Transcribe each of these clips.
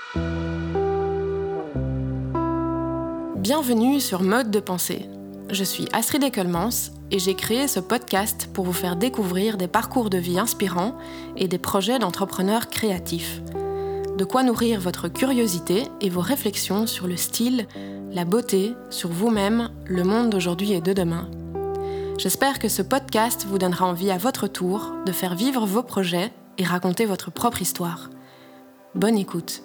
Bienvenue sur Mode de pensée. Je suis Astrid Ekelmans et j'ai créé ce podcast pour vous faire découvrir des parcours de vie inspirants et des projets d'entrepreneurs créatifs. De quoi nourrir votre curiosité et vos réflexions sur le style, la beauté, sur vous-même, le monde d'aujourd'hui et de demain. J'espère que ce podcast vous donnera envie à votre tour de faire vivre vos projets et raconter votre propre histoire. Bonne écoute.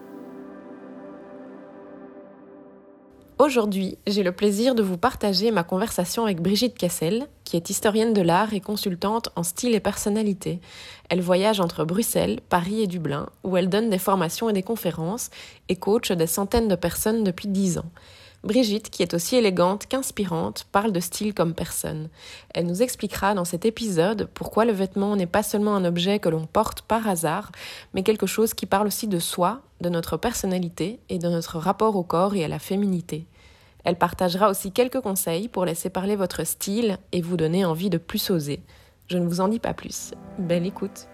Aujourd'hui, j'ai le plaisir de vous partager ma conversation avec Brigitte Cassel, qui est historienne de l'art et consultante en style et personnalité. Elle voyage entre Bruxelles, Paris et Dublin, où elle donne des formations et des conférences et coach des centaines de personnes depuis 10 ans. Brigitte, qui est aussi élégante qu'inspirante, parle de style comme personne. Elle nous expliquera dans cet épisode pourquoi le vêtement n'est pas seulement un objet que l'on porte par hasard, mais quelque chose qui parle aussi de soi, de notre personnalité et de notre rapport au corps et à la féminité. Elle partagera aussi quelques conseils pour laisser parler votre style et vous donner envie de plus oser. Je ne vous en dis pas plus. Belle écoute.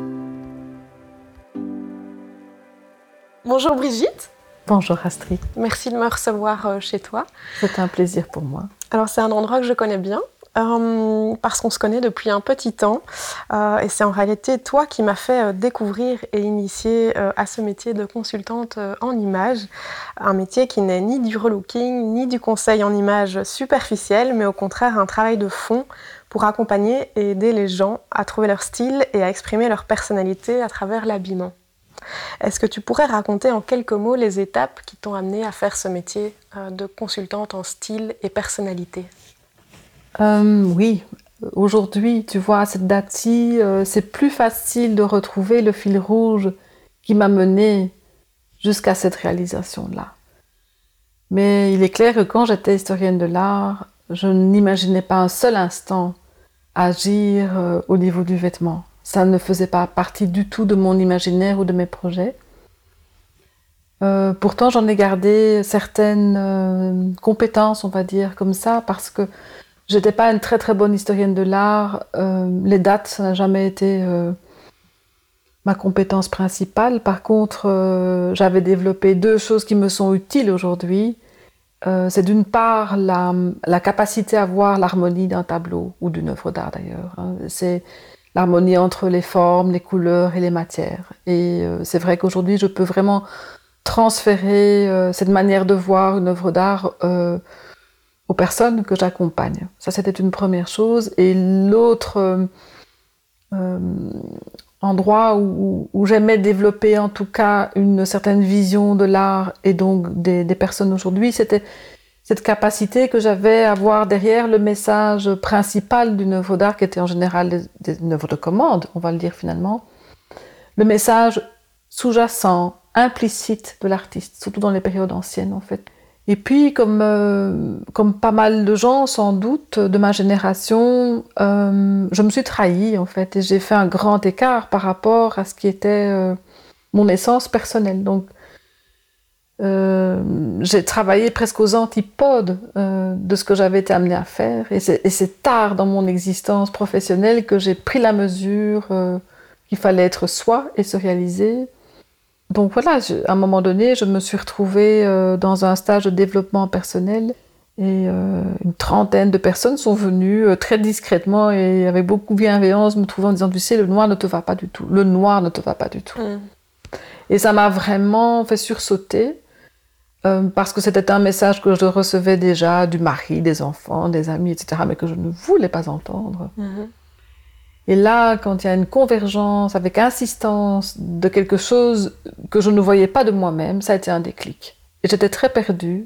Bonjour Brigitte. Bonjour Astrid. Merci de me recevoir chez toi. C'est un plaisir pour moi. Alors c'est un endroit que je connais bien parce qu'on se connaît depuis un petit temps et c'est en réalité toi qui m'as fait découvrir et initier à ce métier de consultante en images. Un métier qui n'est ni du relooking ni du conseil en images superficiel, mais au contraire un travail de fond pour accompagner et aider les gens à trouver leur style et à exprimer leur personnalité à travers l'habillement. Est-ce que tu pourrais raconter en quelques mots les étapes qui t'ont amené à faire ce métier de consultante en style et personnalité ? Oui, aujourd'hui, tu vois, à cette date-ci, c'est plus facile de retrouver le fil rouge qui m'a menée jusqu'à cette réalisation-là. Mais il est clair que quand j'étais historienne de l'art, je n'imaginais pas un seul instant agir au niveau du vêtement. Ça ne faisait pas partie du tout de mon imaginaire ou de mes projets. Pourtant, j'en ai gardé certaines compétences, on va dire, comme ça, parce que je n'étais pas une très très bonne historienne de l'art. Les dates, ça n'a jamais été ma compétence principale. Par contre, j'avais développé 2 choses qui me sont utiles aujourd'hui. C'est d'une part la capacité à voir l'harmonie d'un tableau, ou d'une œuvre d'art d'ailleurs. C'est l'harmonie entre les formes, les couleurs et les matières. Et c'est vrai qu'aujourd'hui, je peux vraiment transférer cette manière de voir une œuvre d'art aux personnes que j'accompagne. Ça, c'était une première chose. Et l'autre endroit où j'aimais développer en tout cas une certaine vision de l'art et donc des personnes aujourd'hui, c'était cette capacité que j'avais à voir derrière le message principal d'une œuvre d'art, qui était en général une œuvre de commande, on va le dire finalement, le message sous-jacent, implicite de l'artiste, surtout dans les périodes anciennes en fait. Et puis, comme pas mal de gens sans doute de ma génération, je me suis trahie en fait, et j'ai fait un grand écart par rapport à ce qui était mon essence personnelle. Donc, j'ai travaillé presque aux antipodes de ce que j'avais été amenée à faire, et c'est tard dans mon existence professionnelle que j'ai pris la mesure qu'il fallait être soi et se réaliser. Donc voilà, à un moment donné, je me suis retrouvée dans un stage de développement personnel et une trentaine de personnes sont venues très discrètement et avec beaucoup de bienveillance me trouver en disant « Tu sais, le noir ne te va pas du tout. Le noir ne te va pas du tout. » Et ça m'a vraiment fait sursauter parce que c'était un message que je recevais déjà du mari, des enfants, des amis, etc., mais que je ne voulais pas entendre. Et là, quand il y a une convergence avec insistance de quelque chose que je ne voyais pas de moi-même, ça a été un déclic. Et j'étais très perdue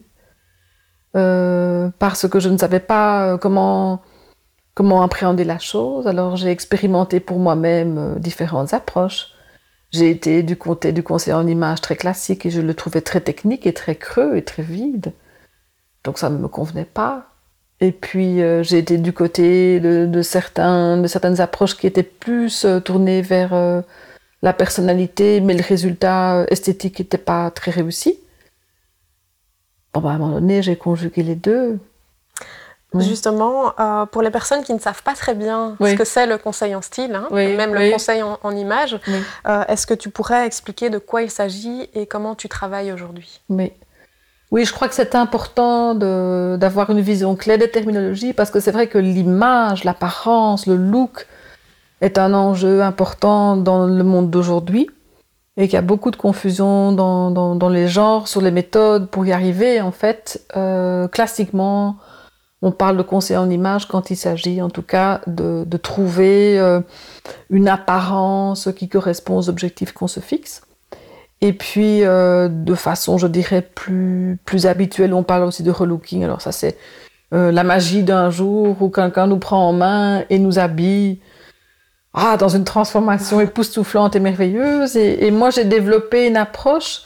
parce que je ne savais pas comment appréhender la chose. Alors j'ai expérimenté pour moi-même différentes approches. J'ai été du conseil en images très classique et je le trouvais très technique et très creux et très vide. Donc ça ne me convenait pas. Et puis j'ai été du côté de certaines approches qui étaient plus tournées vers la personnalité, mais le résultat esthétique n'était pas très réussi. Bon, à un moment donné, j'ai conjugué les deux. Oui. Justement, pour les personnes qui ne savent pas très bien Oui. ce que c'est le conseil en style, hein, Oui, même oui. le conseil en image, Oui. est-ce que tu pourrais expliquer de quoi il s'agit et comment tu travailles aujourd'hui? Oui, je crois que c'est important d'avoir une vision claire des terminologies parce que c'est vrai que l'image, l'apparence, le look est un enjeu important dans le monde d'aujourd'hui et qu'il y a beaucoup de confusion dans les genres, sur les méthodes pour y arriver. En fait, classiquement, on parle de conseil en image quand il s'agit en tout cas de trouver une apparence qui correspond aux objectifs qu'on se fixe. Et puis, de façon, je dirais, plus habituelle, on parle aussi de relooking. Alors ça, c'est la magie d'un jour où quelqu'un nous prend en main et nous habille dans une transformation époustouflante et merveilleuse. Et moi, j'ai développé une approche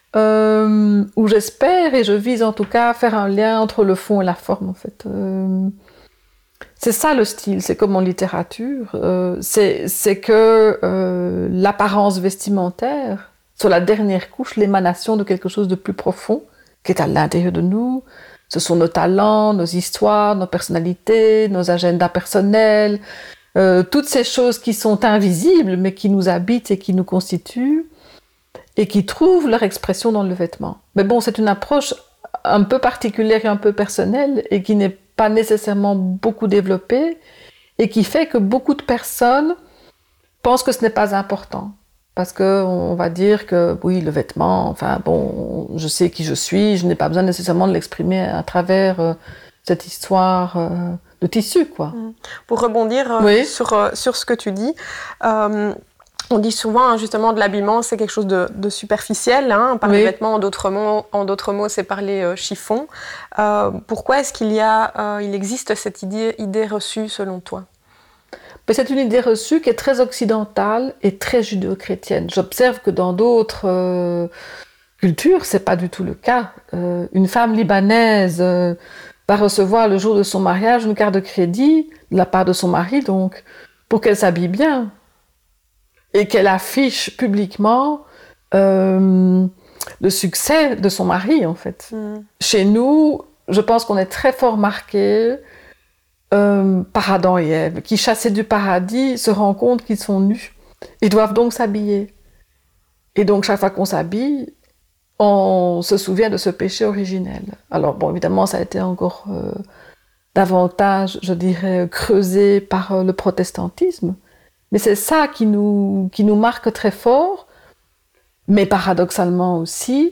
où j'espère, et je vise en tout cas, à faire un lien entre le fond et la forme, en fait. C'est ça le style, c'est comme en littérature. C'est que l'apparence vestimentaire, sur la dernière couche, l'émanation de quelque chose de plus profond, qui est à l'intérieur de nous. Ce sont nos talents, nos histoires, nos personnalités, nos agendas personnels, toutes ces choses qui sont invisibles, mais qui nous habitent et qui nous constituent, et qui trouvent leur expression dans le vêtement. Mais bon, c'est une approche un peu particulière et un peu personnelle, et qui n'est pas nécessairement beaucoup développée, et qui fait que beaucoup de personnes pensent que ce n'est pas important. Parce qu'on va dire que, oui, le vêtement, enfin bon, je sais qui je suis, je n'ai pas besoin nécessairement de l'exprimer à travers cette histoire de tissu, quoi. Pour rebondir Oui. sur ce que tu dis, on dit souvent justement de l'habillement, c'est quelque chose de superficiel, hein, par les vêtements, en d'autres mots, c'est par les chiffons. Pourquoi est-ce il existe cette idée reçue selon toi? Mais c'est une idée reçue qui est très occidentale et très judéo-chrétienne. J'observe que dans d'autres cultures, c'est pas du tout le cas. Une femme libanaise va recevoir le jour de son mariage une carte de crédit de la part de son mari, donc, pour qu'elle s'habille bien et qu'elle affiche publiquement le succès de son mari, en fait. Chez nous, je pense qu'on est très fort marqué par Adam et Ève, qui, chassés du paradis, se rendent compte qu'ils sont nus. Ils doivent donc s'habiller. Et donc, chaque fois qu'on s'habille, on se souvient de ce péché originel. Alors, bon, évidemment, ça a été encore davantage, je dirais, creusé par le protestantisme. Mais c'est ça qui nous marque très fort, mais paradoxalement aussi,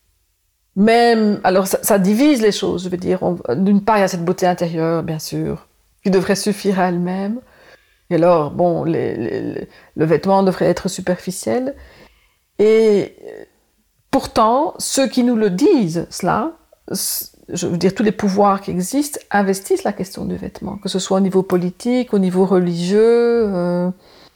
même, alors ça divise les choses, je veux dire. D'une part, il y a cette beauté intérieure, bien sûr, qui devrait suffire à elle-même. Et alors, bon, le vêtement devrait être superficiel. Et pourtant, ceux qui nous le disent, cela, je veux dire, tous les pouvoirs qui existent, investissent la question du vêtement, que ce soit au niveau politique, au niveau religieux.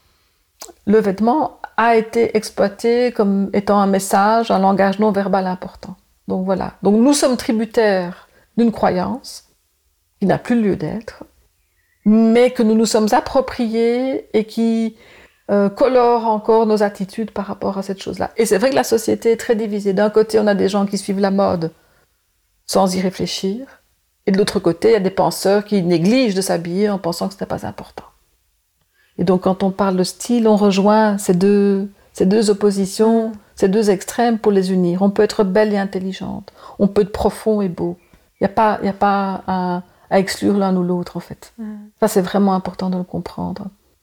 Le vêtement a été exploité comme étant un message, un langage non verbal important. Donc voilà. Donc nous sommes tributaires d'une croyance qui n'a plus lieu d'être, mais que nous nous sommes appropriés et qui colore encore nos attitudes par rapport à cette chose-là. Et c'est vrai que la société est très divisée. D'un côté, on a des gens qui suivent la mode sans y réfléchir, et de l'autre côté, il y a des penseurs qui négligent de s'habiller en pensant que ce n'est pas important. Et donc quand on parle de style, on rejoint ces deux oppositions, ces deux extrêmes pour les unir. On peut être belle et intelligente, on peut être profond et beau. Il n'y a pas à exclure l'un ou l'autre, en fait. Ça, c'est vraiment important de le comprendre.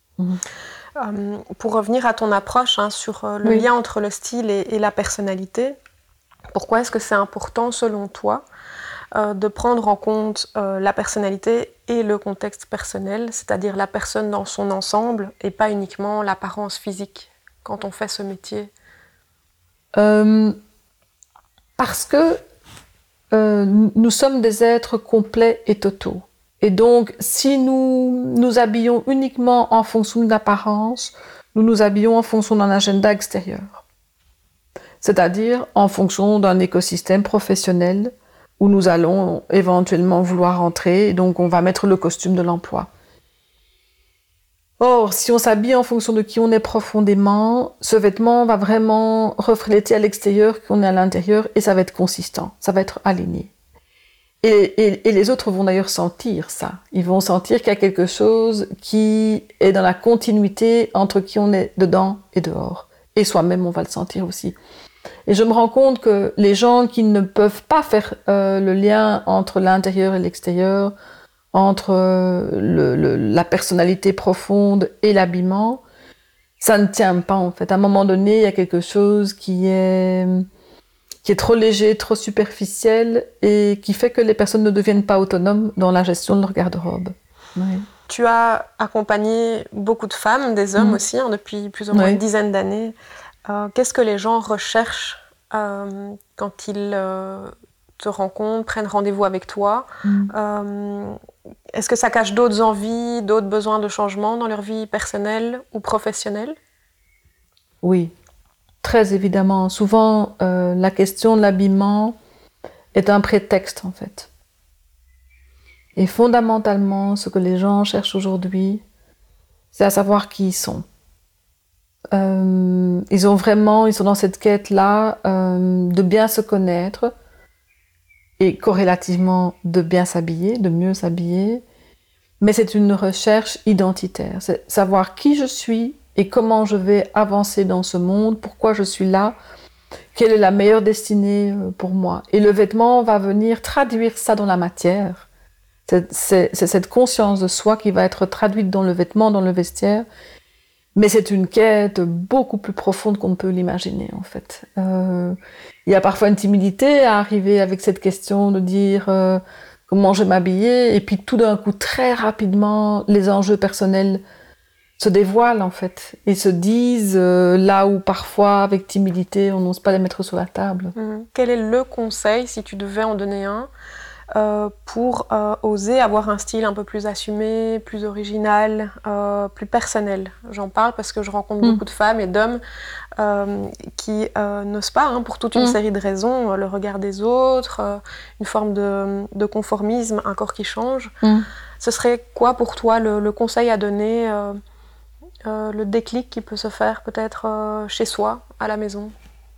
Pour revenir à ton approche sur le lien entre le style et la personnalité, pourquoi est-ce que c'est important, selon toi, de prendre en compte la personnalité et le contexte personnel, c'est-à-dire la personne dans son ensemble et pas uniquement l'apparence physique quand on fait ce métier? Parce que nous sommes des êtres complets et totaux. Et donc, si nous nous habillons uniquement en fonction de l'apparence, nous nous habillons en fonction d'un agenda extérieur. C'est-à-dire en fonction d'un écosystème professionnel où nous allons éventuellement vouloir entrer, et donc on va mettre le costume de l'emploi. Or, si on s'habille en fonction de qui on est profondément, ce vêtement va vraiment refléter à l'extérieur qui on est à l'intérieur, et ça va être consistant, ça va être aligné. Et les autres vont d'ailleurs sentir ça. Ils vont sentir qu'il y a quelque chose qui est dans la continuité entre qui on est dedans et dehors. Et soi-même, on va le sentir aussi. Et je me rends compte que les gens qui ne peuvent pas faire le lien entre l'intérieur et l'extérieur, entre la personnalité profonde et l'habillement, ça ne tient pas en fait. À un moment donné, il y a quelque chose qui est trop léger, trop superficiel et qui fait que les personnes ne deviennent pas autonomes dans la gestion de leur garde-robe. Oui. Tu as accompagné beaucoup de femmes, des hommes aussi, depuis plus ou moins une dizaine d'années. Qu'est-ce que les gens recherchent quand ils te rencontrent, prennent rendez-vous avec toi? Est-ce que ça cache d'autres envies, d'autres besoins de changement dans leur vie personnelle ou professionnelle? Oui, très évidemment. Souvent, la question de l'habillement est un prétexte, en fait. Et fondamentalement, ce que les gens cherchent aujourd'hui, c'est à savoir qui ils sont. Ils sont dans cette quête-là de bien se connaître et corrélativement de bien s'habiller, de mieux s'habiller. Mais c'est une recherche identitaire. C'est savoir qui je suis et comment je vais avancer dans ce monde, pourquoi je suis là, quelle est la meilleure destinée pour moi. Et le vêtement va venir traduire ça dans la matière. C'est cette conscience de soi qui va être traduite dans le vêtement, dans le vestiaire. Mais c'est une quête beaucoup plus profonde qu'on ne peut l'imaginer, en fait. Il y a parfois une timidité à arriver avec cette question de dire comment je vais m'habiller, et puis tout d'un coup, très rapidement, les enjeux personnels se dévoilent, en fait, et se disent là où parfois, avec timidité, on n'ose pas les mettre sur la table. Quel est le conseil, si tu devais en donner un, pour oser avoir un style un peu plus assumé, plus original, plus personnel? J'en parle parce que je rencontre beaucoup de femmes et d'hommes qui n'osent pas, pour toute une série de raisons, le regard des autres, une forme de conformisme, un corps qui change. Ce serait quoi pour toi le conseil à donner, le déclic qui peut se faire peut-être chez soi, à la maison?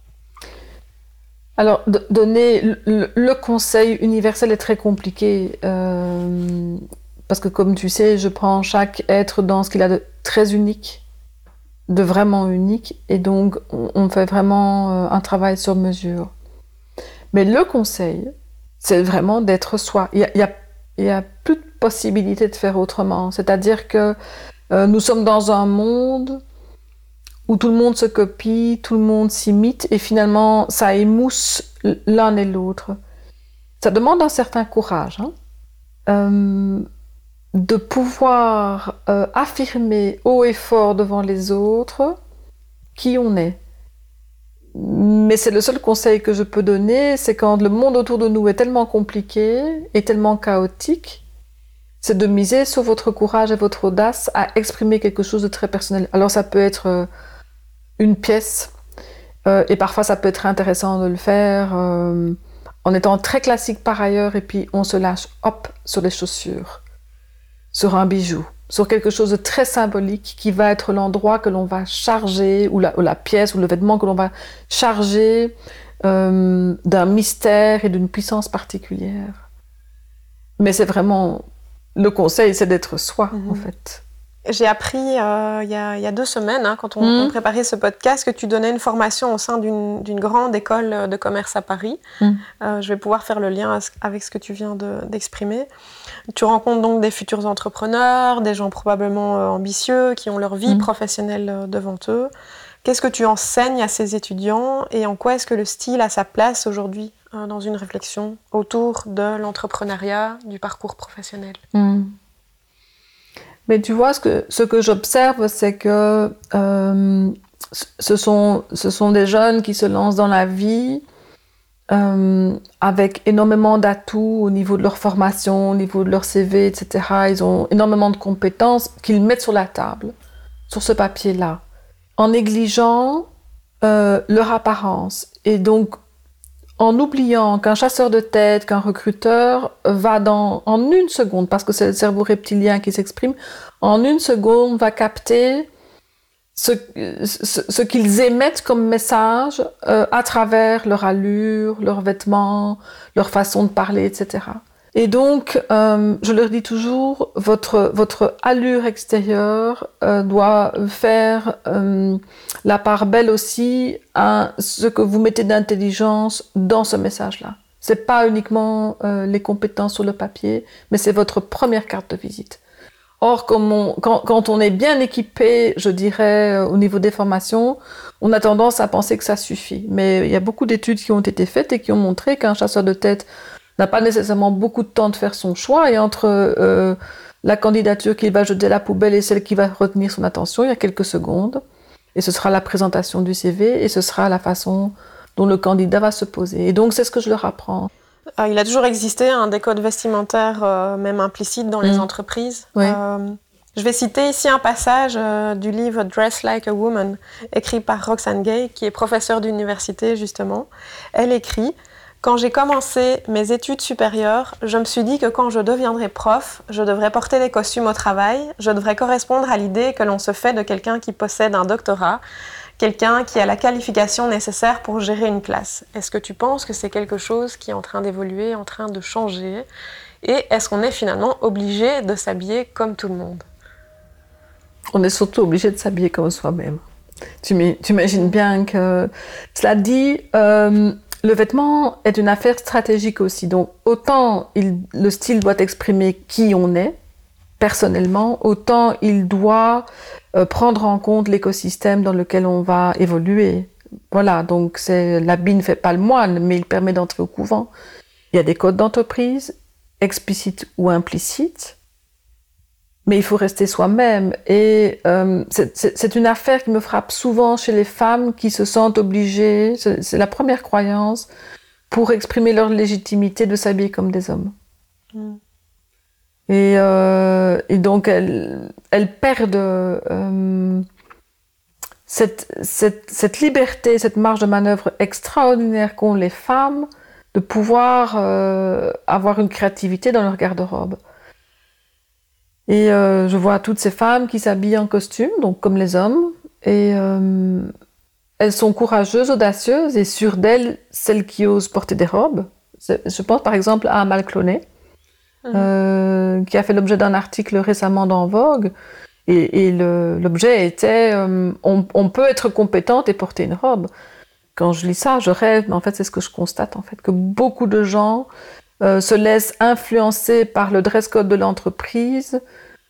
Alors, donner le conseil universel est très compliqué parce que, comme tu sais, je prends chaque être dans ce qu'il a de très unique, de vraiment unique, et donc on fait vraiment un travail sur mesure. Mais le conseil, c'est vraiment d'être soi. Il y a plus de possibilité de faire autrement. C'est-à-dire que nous sommes dans un monde où tout le monde se copie, tout le monde s'imite, et finalement, ça émousse l'un et l'autre. Ça demande un certain courage, de pouvoir affirmer haut et fort devant les autres qui on est. Mais c'est le seul conseil que je peux donner, c'est quand le monde autour de nous est tellement compliqué et tellement chaotique, c'est de miser sur votre courage et votre audace à exprimer quelque chose de très personnel. Alors ça peut être une pièce, et parfois ça peut être intéressant de le faire en étant très classique par ailleurs, et puis on se lâche hop sur les chaussures, sur un bijou, sur quelque chose de très symbolique qui va être l'endroit que l'on va charger, ou la pièce ou le vêtement que l'on va charger d'un mystère et d'une puissance particulière. Mais c'est vraiment le conseil, c'est d'être soi en fait. J'ai appris il y a 2 semaines, quand on préparait ce podcast, que tu donnais une formation au sein d'une grande école de commerce à Paris. Je vais pouvoir faire le lien avec ce que tu viens d'exprimer. Tu rencontres donc des futurs entrepreneurs, des gens probablement ambitieux, qui ont leur vie professionnelle devant eux. Qu'est-ce que tu enseignes à ces étudiants et en quoi est-ce que le style a sa place aujourd'hui dans une réflexion autour de l'entrepreneuriat, du parcours professionnel? Mais tu vois, ce que j'observe, c'est que ce sont des jeunes qui se lancent dans la vie avec énormément d'atouts au niveau de leur formation, au niveau de leur CV, etc. Ils ont énormément de compétences qu'ils mettent sur la table, sur ce papier-là, en négligeant leur apparence. Et donc, en oubliant qu'un chasseur de tête, qu'un recruteur va en une seconde, parce que c'est le cerveau reptilien qui s'exprime, en une seconde va capter ce qu'ils émettent comme message à travers leur allure, leurs vêtements, leur façon de parler, etc. Et donc, je leur dis toujours, votre allure extérieure doit faire la part belle aussi à ce que vous mettez d'intelligence dans ce message-là. C'est pas uniquement les compétences sur le papier, mais c'est votre première carte de visite. Or, quand on est bien équipé, je dirais, au niveau des formations, on a tendance à penser que ça suffit. Mais il y a beaucoup d'études qui ont été faites et qui ont montré qu'un chasseur de tête n'a pas nécessairement beaucoup de temps de faire son choix, et entre la candidature qu'il va jeter à la poubelle et celle qui va retenir son attention, il y a quelques secondes. Et ce sera la présentation du CV, et ce sera la façon dont le candidat va se poser. Et donc, c'est ce que je leur apprends. Il a toujours existé des codes vestimentaires, même implicites dans les entreprises. Oui. Je vais citer ici un passage du livre Dress Like a Woman, écrit par Roxane Gay, qui est professeure d'université justement. Elle écrit: quand j'ai commencé mes études supérieures, je me suis dit que quand je deviendrais prof, je devrais porter des costumes au travail, je devrais correspondre à l'idée que l'on se fait de quelqu'un qui possède un doctorat, quelqu'un qui a la qualification nécessaire pour gérer une classe. Est-ce que tu penses que c'est quelque chose qui est en train d'évoluer, en train de changer? Et est-ce qu'on est finalement obligé de s'habiller comme tout le monde? On est surtout obligé de s'habiller comme soi-même. Tu imagines bien que... Cela dit... le vêtement est une affaire stratégique aussi, donc autant le style doit exprimer qui on est, personnellement, autant il doit prendre en compte l'écosystème dans lequel on va évoluer. Voilà, donc l'habit ne fait pas le moine, mais il permet d'entrer au couvent. Il y a des codes d'entreprise, explicites ou implicites, mais il faut rester soi-même. Et c'est une affaire qui me frappe souvent chez les femmes qui se sentent obligées, c'est la première croyance, pour exprimer leur légitimité de s'habiller comme des hommes. Et donc elles perdent cette liberté, cette marge de manœuvre extraordinaire qu'ont les femmes de pouvoir avoir une créativité dans leur garde-robe. Et je vois toutes ces femmes qui s'habillent en costume, donc comme les hommes, et elles sont courageuses, audacieuses, et sûres d'elles, celles qui osent porter des robes. Je pense par exemple à Amal Clooney, qui a fait l'objet d'un article récemment dans Vogue, et l'objet était on peut être compétente et porter une robe. Quand je lis ça, je rêve, mais en fait c'est ce que je constate, en fait, que beaucoup de gens se laissent influencer par le dress code de l'entreprise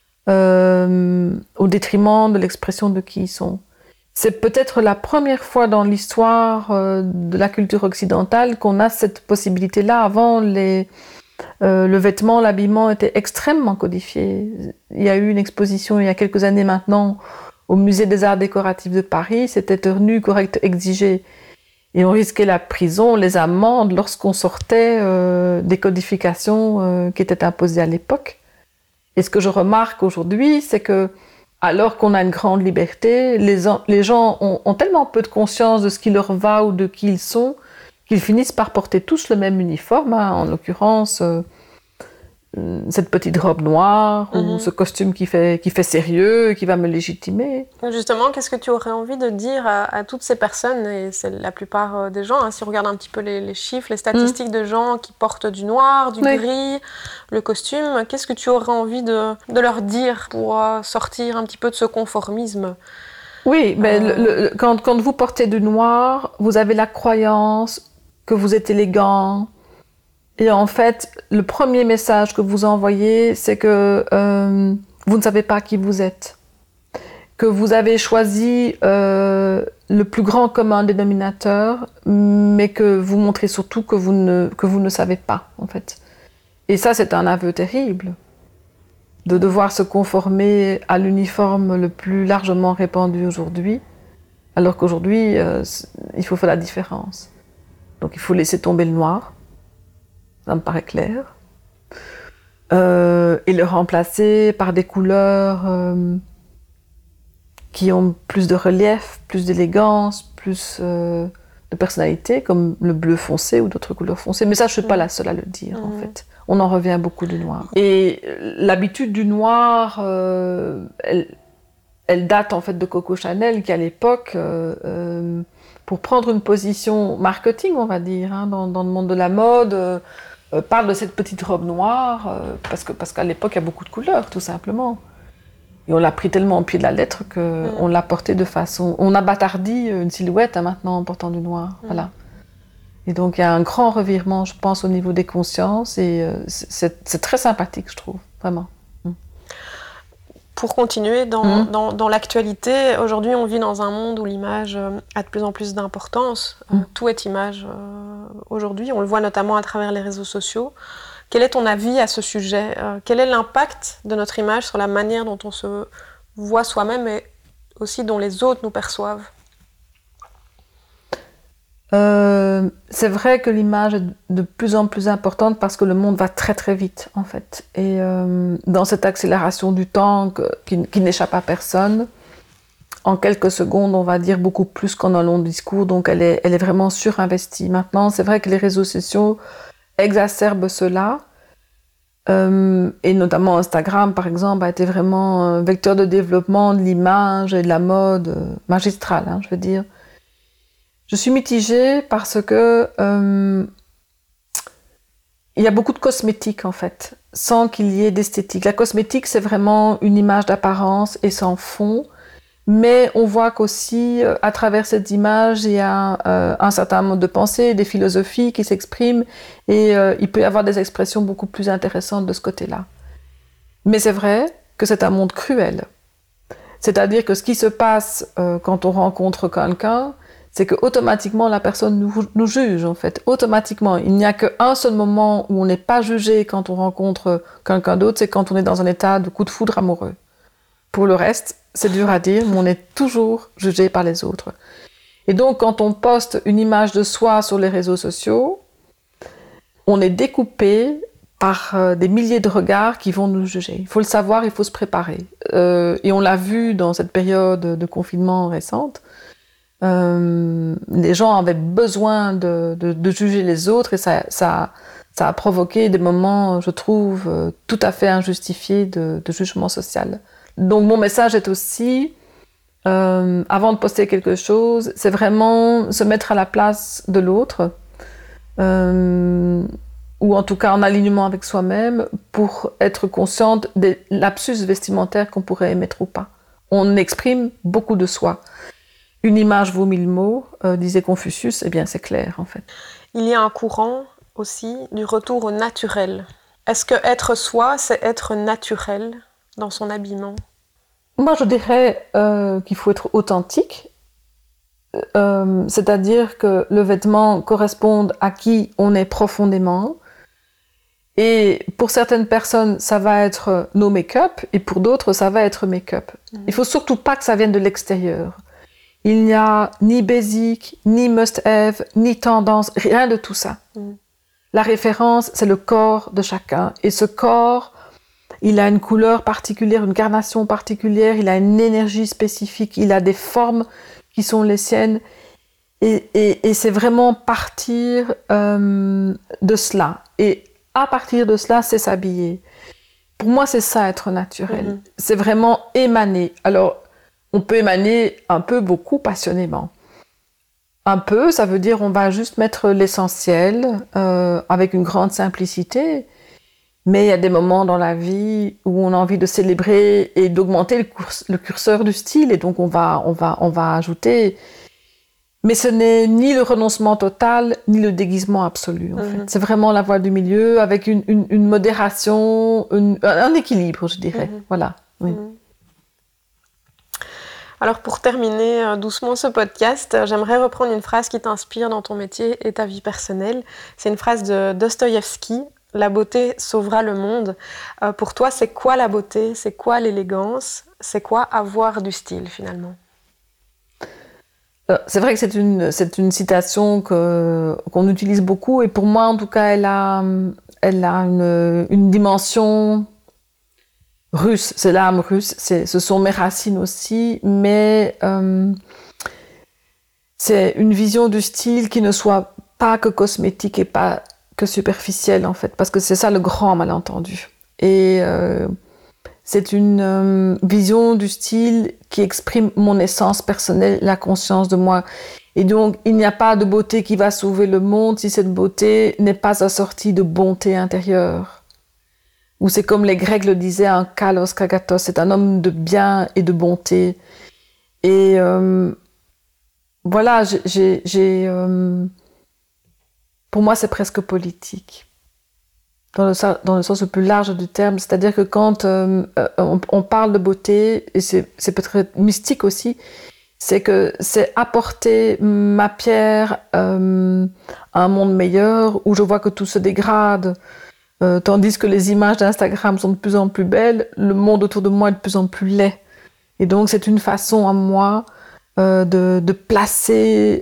au détriment de l'expression de qui ils sont. C'est peut-être la première fois dans l'histoire de la culture occidentale qu'on a cette possibilité-là. Avant, le vêtement, l'habillement était extrêmement codifié. Il y a eu une exposition il y a quelques années maintenant au Musée des Arts Décoratifs de Paris. C'était tenue correcte exigée. Et on risquait la prison, les amendes, lorsqu'on sortait des codifications qui étaient imposées à l'époque. Et ce que je remarque aujourd'hui, c'est que, alors qu'on a une grande liberté, les gens ont tellement peu de conscience de ce qui leur va ou de qui ils sont, qu'ils finissent par porter tous le même uniforme, en l'occurrence cette petite robe noire ou ce costume qui fait sérieux, qui va me légitimer. Justement, qu'est-ce que tu aurais envie de dire à toutes ces personnes, et c'est la plupart des gens, si on regarde un petit peu les chiffres, les statistiques de gens qui portent du noir, du gris, le costume, qu'est-ce que tu aurais envie de leur dire pour sortir un petit peu de ce conformisme? Oui, mais quand vous portez du noir, vous avez la croyance que vous êtes élégant. Et en fait, le premier message que vous envoyez, c'est que vous ne savez pas qui vous êtes. Que vous avez choisi le plus grand commun dénominateur, mais que vous montrez surtout que vous ne savez pas, en fait. Et ça, c'est un aveu terrible. De devoir se conformer à l'uniforme le plus largement répandu aujourd'hui, alors qu'aujourd'hui, il faut faire la différence. Donc il faut laisser tomber le noir. Ça me paraît clair, et le remplacer par des couleurs qui ont plus de relief, plus d'élégance, plus de personnalité, comme le bleu foncé ou d'autres couleurs foncées. Mais ça, je ne suis pas la seule à le dire, en fait. On en revient beaucoup du noir. Et l'habitude du noir, elle date en fait de Coco Chanel, qui à l'époque, pour prendre une position marketing, on va dire, dans le monde de la mode, parle de cette petite robe noire, parce qu'à l'époque, il y a beaucoup de couleurs, tout simplement. Et on l'a pris tellement au pied de la lettre qu'on l'a porté de façon... On a bâtardi une silhouette maintenant en portant du noir, voilà. Et donc, il y a un grand revirement, je pense, au niveau des consciences, et c'est très sympathique, je trouve, vraiment. Pour continuer dans l'actualité, aujourd'hui on vit dans un monde où l'image a de plus en plus d'importance. Tout est image aujourd'hui, on le voit notamment à travers les réseaux sociaux. Quel est ton avis à ce sujet ? Quel est l'impact de notre image sur la manière dont on se voit soi-même et aussi dont les autres nous perçoivent ? C'est vrai que l'image est de plus en plus importante parce que le monde va très très vite en fait. Et dans cette accélération du temps qui n'échappe à personne, en quelques secondes on va dire beaucoup plus qu'en un long discours, donc elle est vraiment surinvestie. Maintenant c'est vrai que les réseaux sociaux exacerbent cela, et notamment Instagram par exemple a été vraiment un vecteur de développement de l'image et de la mode magistrale, hein, je veux dire. Je suis mitigée parce que il y a beaucoup de cosmétiques en fait, sans qu'il y ait d'esthétique. La cosmétique, c'est vraiment une image d'apparence et sans fond, mais on voit qu'aussi, à travers cette image, il y a un certain mode de pensée, des philosophies qui s'expriment, et il peut y avoir des expressions beaucoup plus intéressantes de ce côté-là. Mais c'est vrai que c'est un monde cruel. C'est-à-dire que ce qui se passe quand on rencontre quelqu'un, c'est qu'automatiquement la personne nous juge en fait, automatiquement. Il n'y a qu'un seul moment où on n'est pas jugé quand on rencontre quelqu'un d'autre, c'est quand on est dans un état de coup de foudre amoureux. Pour le reste, c'est dur à dire, mais on est toujours jugé par les autres. Et donc quand on poste une image de soi sur les réseaux sociaux, on est découpé par des milliers de regards qui vont nous juger. Il faut le savoir, il faut se préparer. Et on l'a vu dans cette période de confinement récente, les gens avaient besoin de juger les autres, et ça a provoqué des moments, je trouve, tout à fait injustifiés de jugement social. Donc mon message est aussi, avant de poster quelque chose, c'est vraiment se mettre à la place de l'autre, ou en tout cas en alignement avec soi-même, pour être consciente des lapsus vestimentaires qu'on pourrait émettre ou pas. On exprime beaucoup de soi. Une image vaut 1000 mots, disait Confucius, eh bien c'est clair en fait. Il y a un courant aussi du retour au naturel. Est-ce que être soi, c'est être naturel dans son habillement ? Moi je dirais qu'il faut être authentique, c'est-à-dire que le vêtement corresponde à qui on est profondément. Et pour certaines personnes, ça va être nos make-up, et pour d'autres, ça va être make-up. Il faut surtout pas que ça vienne de l'extérieur. Il n'y a ni basic, ni must-have, ni tendance, rien de tout ça. La référence, c'est le corps de chacun. Et ce corps, il a une couleur particulière, une carnation particulière, il a une énergie spécifique, il a des formes qui sont les siennes. Et c'est vraiment partir de cela. Et à partir de cela, c'est s'habiller. Pour moi, c'est ça, être naturel. C'est vraiment émaner. Alors, on peut émaner un peu, beaucoup, passionnément. Un peu, ça veut dire on va juste mettre l'essentiel avec une grande simplicité. Mais il y a des moments dans la vie où on a envie de célébrer et d'augmenter le curseur du style. Et donc, on va ajouter. Mais ce n'est ni le renoncement total, ni le déguisement absolu, en fait. C'est vraiment la voie du milieu, avec une modération, un équilibre, je dirais. Voilà, oui. Alors pour terminer doucement ce podcast, j'aimerais reprendre une phrase qui t'inspire dans ton métier et ta vie personnelle. C'est une phrase de Dostoïevski, « La beauté sauvera le monde ». Pour toi, c'est quoi la beauté ? C'est quoi l'élégance ? C'est quoi avoir du style finalement ? C'est vrai que c'est une citation qu'on utilise beaucoup, et pour moi en tout cas elle a une dimension russe, c'est l'âme russe, ce sont mes racines aussi, mais c'est une vision du style qui ne soit pas que cosmétique et pas que superficielle en fait, parce que c'est ça le grand malentendu. Et c'est une vision du style qui exprime mon essence personnelle, la conscience de moi. Et donc, il n'y a pas de beauté qui va sauver le monde si cette beauté n'est pas assortie de bonté intérieure. Ou c'est comme les Grecs le disaient, un kalos kagatos, c'est un homme de bien et de bonté. Et voilà, pour moi, c'est presque politique. Dans le sens le plus large du terme, c'est-à-dire que quand on parle de beauté, et c'est peut-être mystique aussi, c'est que c'est apporter ma pierre à un monde meilleur où je vois que tout se dégrade, tandis que les images d'Instagram sont de plus en plus belles, le monde autour de moi est de plus en plus laid. Et donc c'est une façon à moi de placer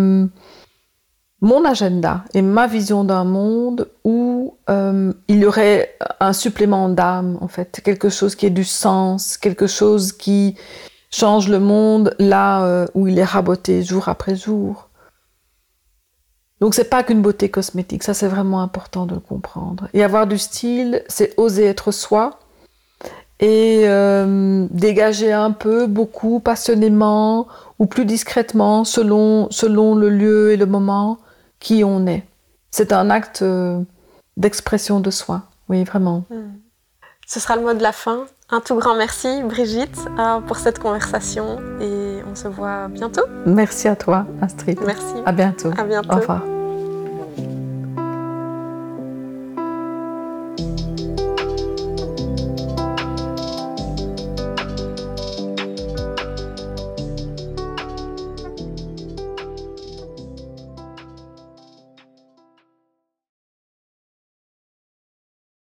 mon agenda et ma vision d'un monde où il y aurait un supplément d'âme, en fait, quelque chose qui ait du sens, quelque chose qui change le monde là où il est raboté jour après jour. Donc c'est pas qu'une beauté cosmétique, ça c'est vraiment important de le comprendre. Et avoir du style, c'est oser être soi et dégager un peu, beaucoup, passionnément ou plus discrètement selon le lieu et le moment qui on est. C'est un acte d'expression de soi, oui, vraiment. Ce sera le mot de la fin. Un tout grand merci, Brigitte, pour cette conversation et on se voit bientôt. Merci à toi, Astrid. Merci. À bientôt. À bientôt. Au revoir.